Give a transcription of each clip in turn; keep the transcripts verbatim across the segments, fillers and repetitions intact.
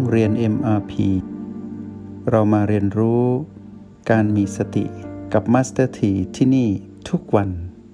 เรียน เอ็ม อาร์ พี เรามาเรียนรู้การมีสติกับ Master T ที่นี่ทุกวัน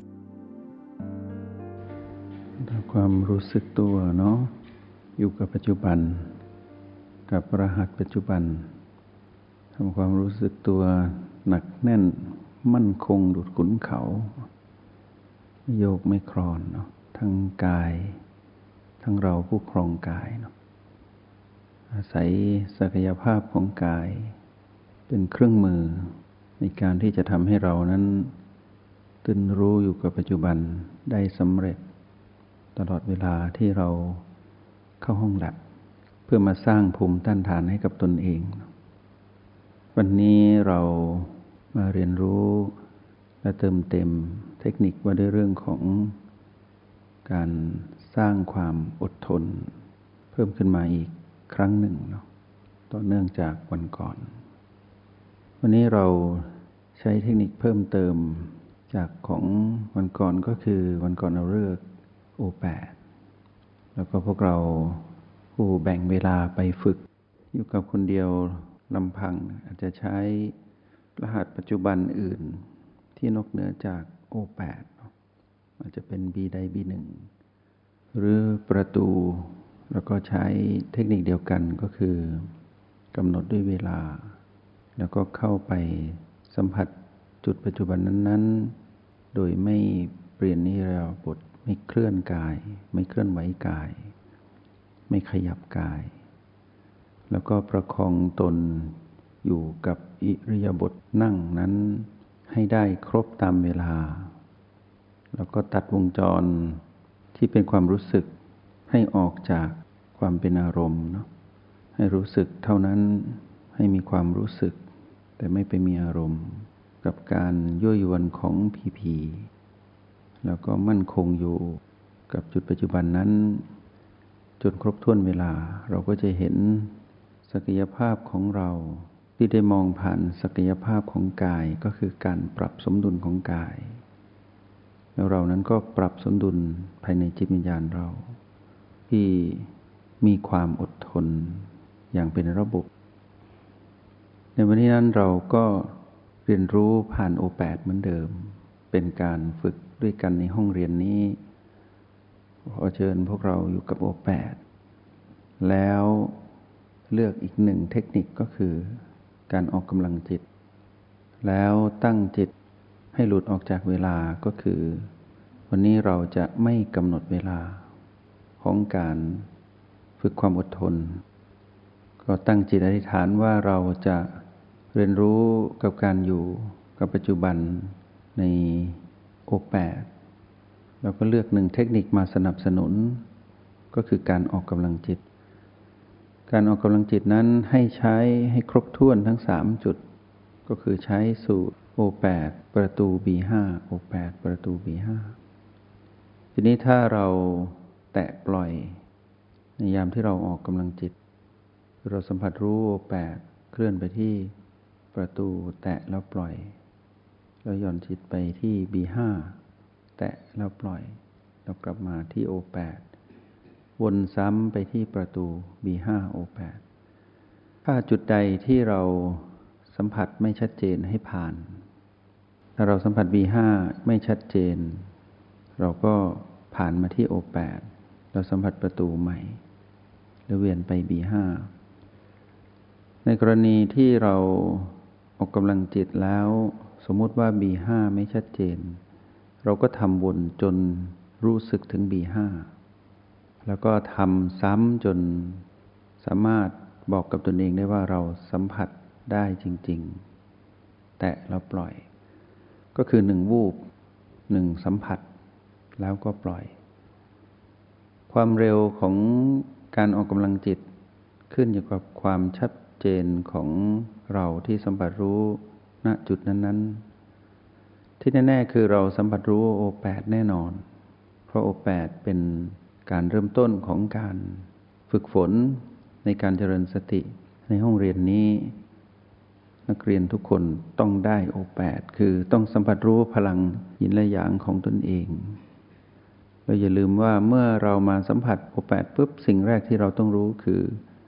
ความรู้สึกตัวเนาะอยู่กับปัจจุบันกับรหัสปัจจุบันทำความรู้สึกตัวหนักแน่นมั่นคงดุจขุนเขาไม่โยกไม่คลอนเนาะทั้งกายทั้งเราผู้ครองกายเนาะอาศัยศักยภาพของกายเป็นเครื่องมือในการที่จะทำให้เรานั้นตื่นรู้อยู่กับปัจจุบันได้สำเร็จตลอดเวลาที่เราเข้าห้องแลบเพื่อมาสร้างภูมิต้านทานให้กับตนเองวันนี้เรามาเรียนรู้และเติมเต็มเทคนิคว่าด้วยเรื่องของการสร้างความอดทนเพิ่มขึ้นมาอีกครั้งหนึ่งเนาะต่อเนื่องจากวันก่อนวันนี้เราใช้เทคนิคเพิ่มเติมจากของวันก่อนก็คือวันก่อนเราเลือก โอ แปด แล้วก็พวกเราผู้แบ่งเวลาไปฝึกอยู่กับคนเดียวลำพังอาจจะใช้รหัสปัจจุบันอื่นที่นอกเหนือจาก โอ แปด อาจจะเป็น บี ใด บี หนึ่ง หรือประตูแล้วก็ใช้เทคนิคเดียวกันก็คือกำหนดด้วยเวลาแล้วก็เข้าไปสัมผัสจุดปัจจุบันนั้นๆโดยไม่เปลี่ยนอิริยาบถไม่เคลื่อนกายไม่เคลื่อนไหวกายไม่ขยับกายแล้วก็ประคองตนอยู่กับอิริยาบถนั่งนั้นให้ได้ครบตามเวลาแล้วก็ตัดวงจรที่เป็นความรู้สึกให้ออกจากความเป็นอารมณ์เนาะให้รู้สึกเท่านั้นให้มีความรู้สึกแต่ไม่ไปมีอารมณ์กับการยั่วยวนของพีพีแล้วก็มั่นคงอยู่กับจุดปัจจุบันนั้นจนครบถ้วนเวลาเราก็จะเห็นศักยภาพของเราที่ได้มองผ่านศักยภาพของกายก็คือการปรับสมดุลของกายแล้วเรานั้นก็ปรับสมดุลภายในจิตวิญญาณเราที่มีความอดทนอย่างเป็นระบบในวันนี้นั้นเราก็เรียนรู้ผ่าน โอ แปด เหมือนเดิมเป็นการฝึกด้วยกันในห้องเรียนนี้ขอเชิญพวกเราอยู่กับ โอ แปด แล้วเลือกอีกหนึ่งเทคนิคก็คือการออกกำลังจิตแล้วตั้งจิตให้หลุดออกจากเวลาก็คือวันนี้เราจะไม่กำหนดเวลาของการฝึกความอดทนก็ตั้งจิตอธิษฐานว่าเราจะเรียนรู้กับการอยู่กับปัจจุบันใน โอ แปด แล้วก็เลือกหนึ่งเทคนิคมาสนับสนุนก็คือการออกกำลังจิตการออกกำลังจิตนั้นให้ใช้ให้ครบถ้วนทั้งสามจุดก็คือใช้สูตร โอ แปด ประตู บี ห้า โอ แปด ประตู บี ห้า ทีนี้ถ้าเราแตะปล่อยในยามที่เราออกกำลังจิตเราสัมผัสรู้ โอ แปด เคลื่อนไปที่ประตูแตะแล้วปล่อยแล้วหย่อนจิตไปที่ บี ห้า แตะแล้วปล่อยแล้วกลับมาที่ โอ แปด วนซ้ำไปที่ประตู บี ห้า โอ แปด ถ้าจุดใดที่เราสัมผัสไม่ชัดเจนให้ผ่านถ้าเราสัมผัส บี ห้า ไม่ชัดเจนเราก็ผ่านมาที่ โอ แปด เราสัมผัสประตูใหม่แล้วเวียนไป บี ห้า ในกรณีที่เราออกกำลังจิตแล้วสมมุติว่า บี ห้า ไม่ชัดเจนเราก็ทำวนจนรู้สึกถึง บี ห้า แล้วก็ทำซ้ำจนสามารถบอกกับตนเองได้ว่าเราสัมผัสได้จริงๆแตะแล้วปล่อยก็คือหนึ่งวูบหนึ่งสัมผัสแล้วก็ปล่อยความเร็วของการออกกำลังจิตขึ้นอยู่กับความชัดเจนของเราที่สัมผัสรู้ณจุดนั้นๆที่แน่ๆคือเราสัมผัสรู้ โอ แปด แน่นอนเพราะ โอ แปด เป็นการเริ่มต้นของการฝึกฝนในการเจริญสติในห้องเรียนนี้นักเรียนทุกคนต้องได้ โอ แปด คือต้องสัมผัสรู้พลังยินและหยางของตนเองเราอย่าลืมว่าเมื่อเรามาสัมผัส โอ แปด ปุ๊บสิ่งแรกที่เราต้องรู้คือ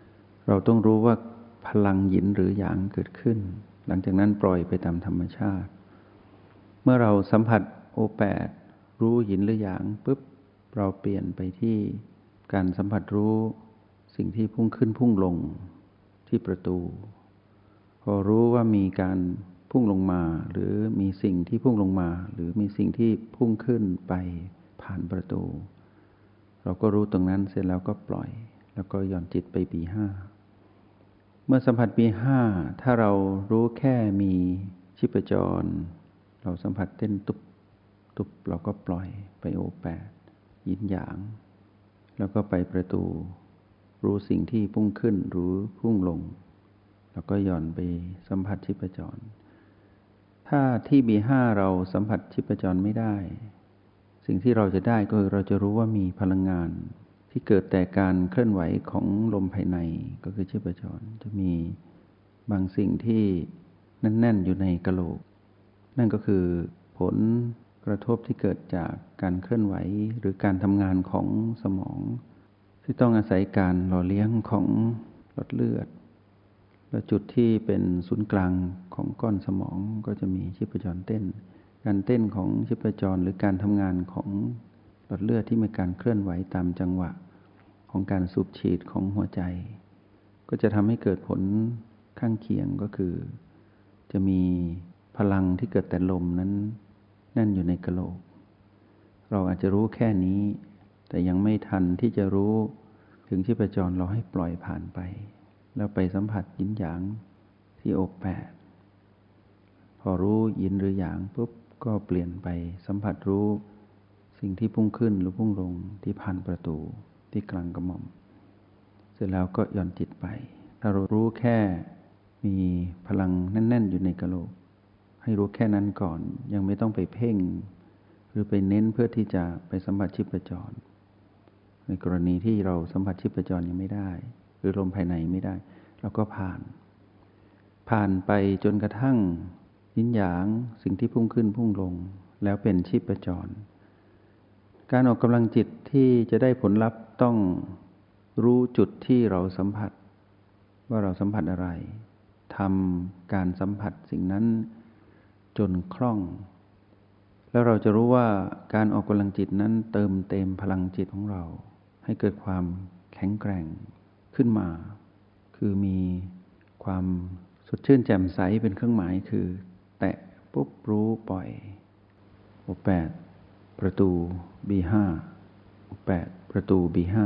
เราต้องรู้ว่าพลังหยินหรือหยางเกิดขึ้นหลังจากนั้นปล่อยไปตามธรรมชาติเมื่อเราสัมผัสโอแปดรู้หยินหรือหยางปุ๊บเราเปลี่ยนไปที่การสัมผัสรู้สิ่งที่พุ่งขึ้นพุ่งลงที่ประตูพอรู้ว่ามีการพุ่งลงมาหรือมีสิ่งที่พุ่งลงมาหรือมีสิ่งที่พุ่งขึ้นไปผ่านประตูเราก็รู้ตรงนั้นเสร็จแล้วก็ปล่อยแล้วก็หย่อนจิตไปปีห้าเมื่อสัมผัสปีห้าถ้าเรารู้แค่มีชีพจรเราสัมผัสเต้นตุบตุบเราก็ปล่อยไปโอแปดยินหยางแล้วก็ไปประตูรู้สิ่งที่พุ่งขึ้นรู้พุ่งลงแล้วก็หย่อนไปสัมผัสชีพจรถ้าที่บีห้าเราสัมผัสชีพจรไม่ได้สิ่งที่เราจะได้ก็คือเราจะรู้ว่ามีพลังงานที่เกิดแต่การเคลื่อนไหวของลมภายในก็คือชีพจรจะมีบางสิ่งที่แน่นๆอยู่ในกะโหลกนั่นก็คือผลกระทบที่เกิดจากการเคลื่อนไหวหรือการทำงานของสมองที่ต้องอาศัยการหล่อเลี้ยงของหลอดเลือดและจุดที่เป็นศูนย์กลางของก้อนสมองก็จะมีชีพจรเต้นการเต้นของชีพจรหรือการทำงานของหลอดเลือดที่มีการเคลื่อนไหวตามจังหวะของการสูบฉีดของหัวใจก็จะทำให้เกิดผลข้างเคียงก็คือจะมีพลังที่เกิดแต่ลมนั้นนั่นอยู่ในกะโหลกเราอาจจะรู้แค่นี้แต่ยังไม่ทันที่จะรู้ถึงชีพจรเราให้ปล่อยผ่านไปแล้วไปสัมผัสยินหยางที่อกแปดพอรู้ยินหรือหยางปุ๊บก็เปลี่ยนไปสัมผัสรู้สิ่งที่พุ่งขึ้นหรือพุ่งลงที่ผ่านประตูที่กลางกระหม่อมเสร็จแล้วก็หย่อนจิตไปถ้าเรารู้แค่มีพลังแน่นๆอยู่ในกะโหลกให้รู้แค่นั้นก่อนยังไม่ต้องไปเพ่งหรือไปเน้นเพื่อที่จะไปสัมผัสชีพจรในกรณีที่เราสัมผัสชีพจรยังไม่ได้หรือลมภายในไม่ได้เราก็ผ่านผ่านไปจนกระทั่งยินหยางสิ่งที่พุ่งขึ้นพุ่งลงแล้วเป็นชีพจรการออกกำลังจิตที่จะได้ผลลัพธ์ต้องรู้จุดที่เราสัมผัสว่าเราสัมผัสอะไรทำการสัมผัสสิ่งนั้นจนคล่องแล้วเราจะรู้ว่าการออกกำลังจิตนั้นเติมเต็มพลังจิตของเราให้เกิดความแข็งแกร่งขึ้นมาคือมีความสดชื่นแจ่มใสเป็นเครื่องหมายคือแตะปุ๊บรู้ปล่อยโอแปดประตู บี ห้า โอแปดประตู บี ห้า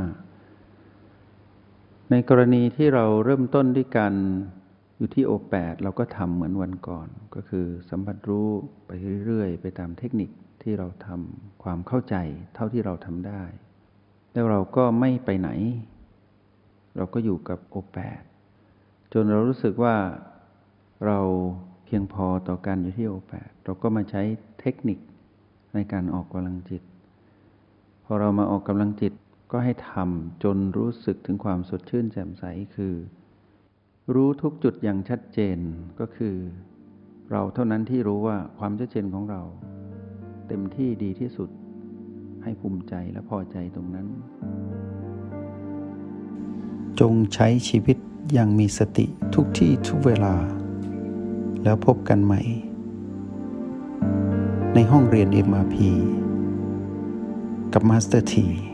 ในกรณีที่เราเริ่มต้นด้วยการอยู่ที่โอแปดเราก็ทำเหมือนวันก่อนก็คือสัมผัสรู้ไปเรื่อยๆไปตามเทคนิคที่เราทำความเข้าใจเท่าที่เราทำได้แล้วเราก็ไม่ไปไหนเราก็อยู่กับโอแปดจนเรารู้สึกว่าเราเพียงพอต่อการอยู่ที่โอแปดเราก็มาใช้เทคนิคในการออกกำลังจิตพอเรามาออกกำลังจิตก็ให้ทำจนรู้สึกถึงความสดชื่นแจ่มใสคือรู้ทุกจุดอย่างชัดเจนก็คือเราเท่านั้นที่รู้ว่าความชัดเจนของเราเต็มที่ดีที่สุดให้ภูมิใจและพอใจตรงนั้นจงใช้ชีวิตอย่างมีสติทุกที่ทุกเวลาแล้วพบกันใหม่ในห้องเรียน เอ็ม อาร์ พี กับมาสเตอร์ ที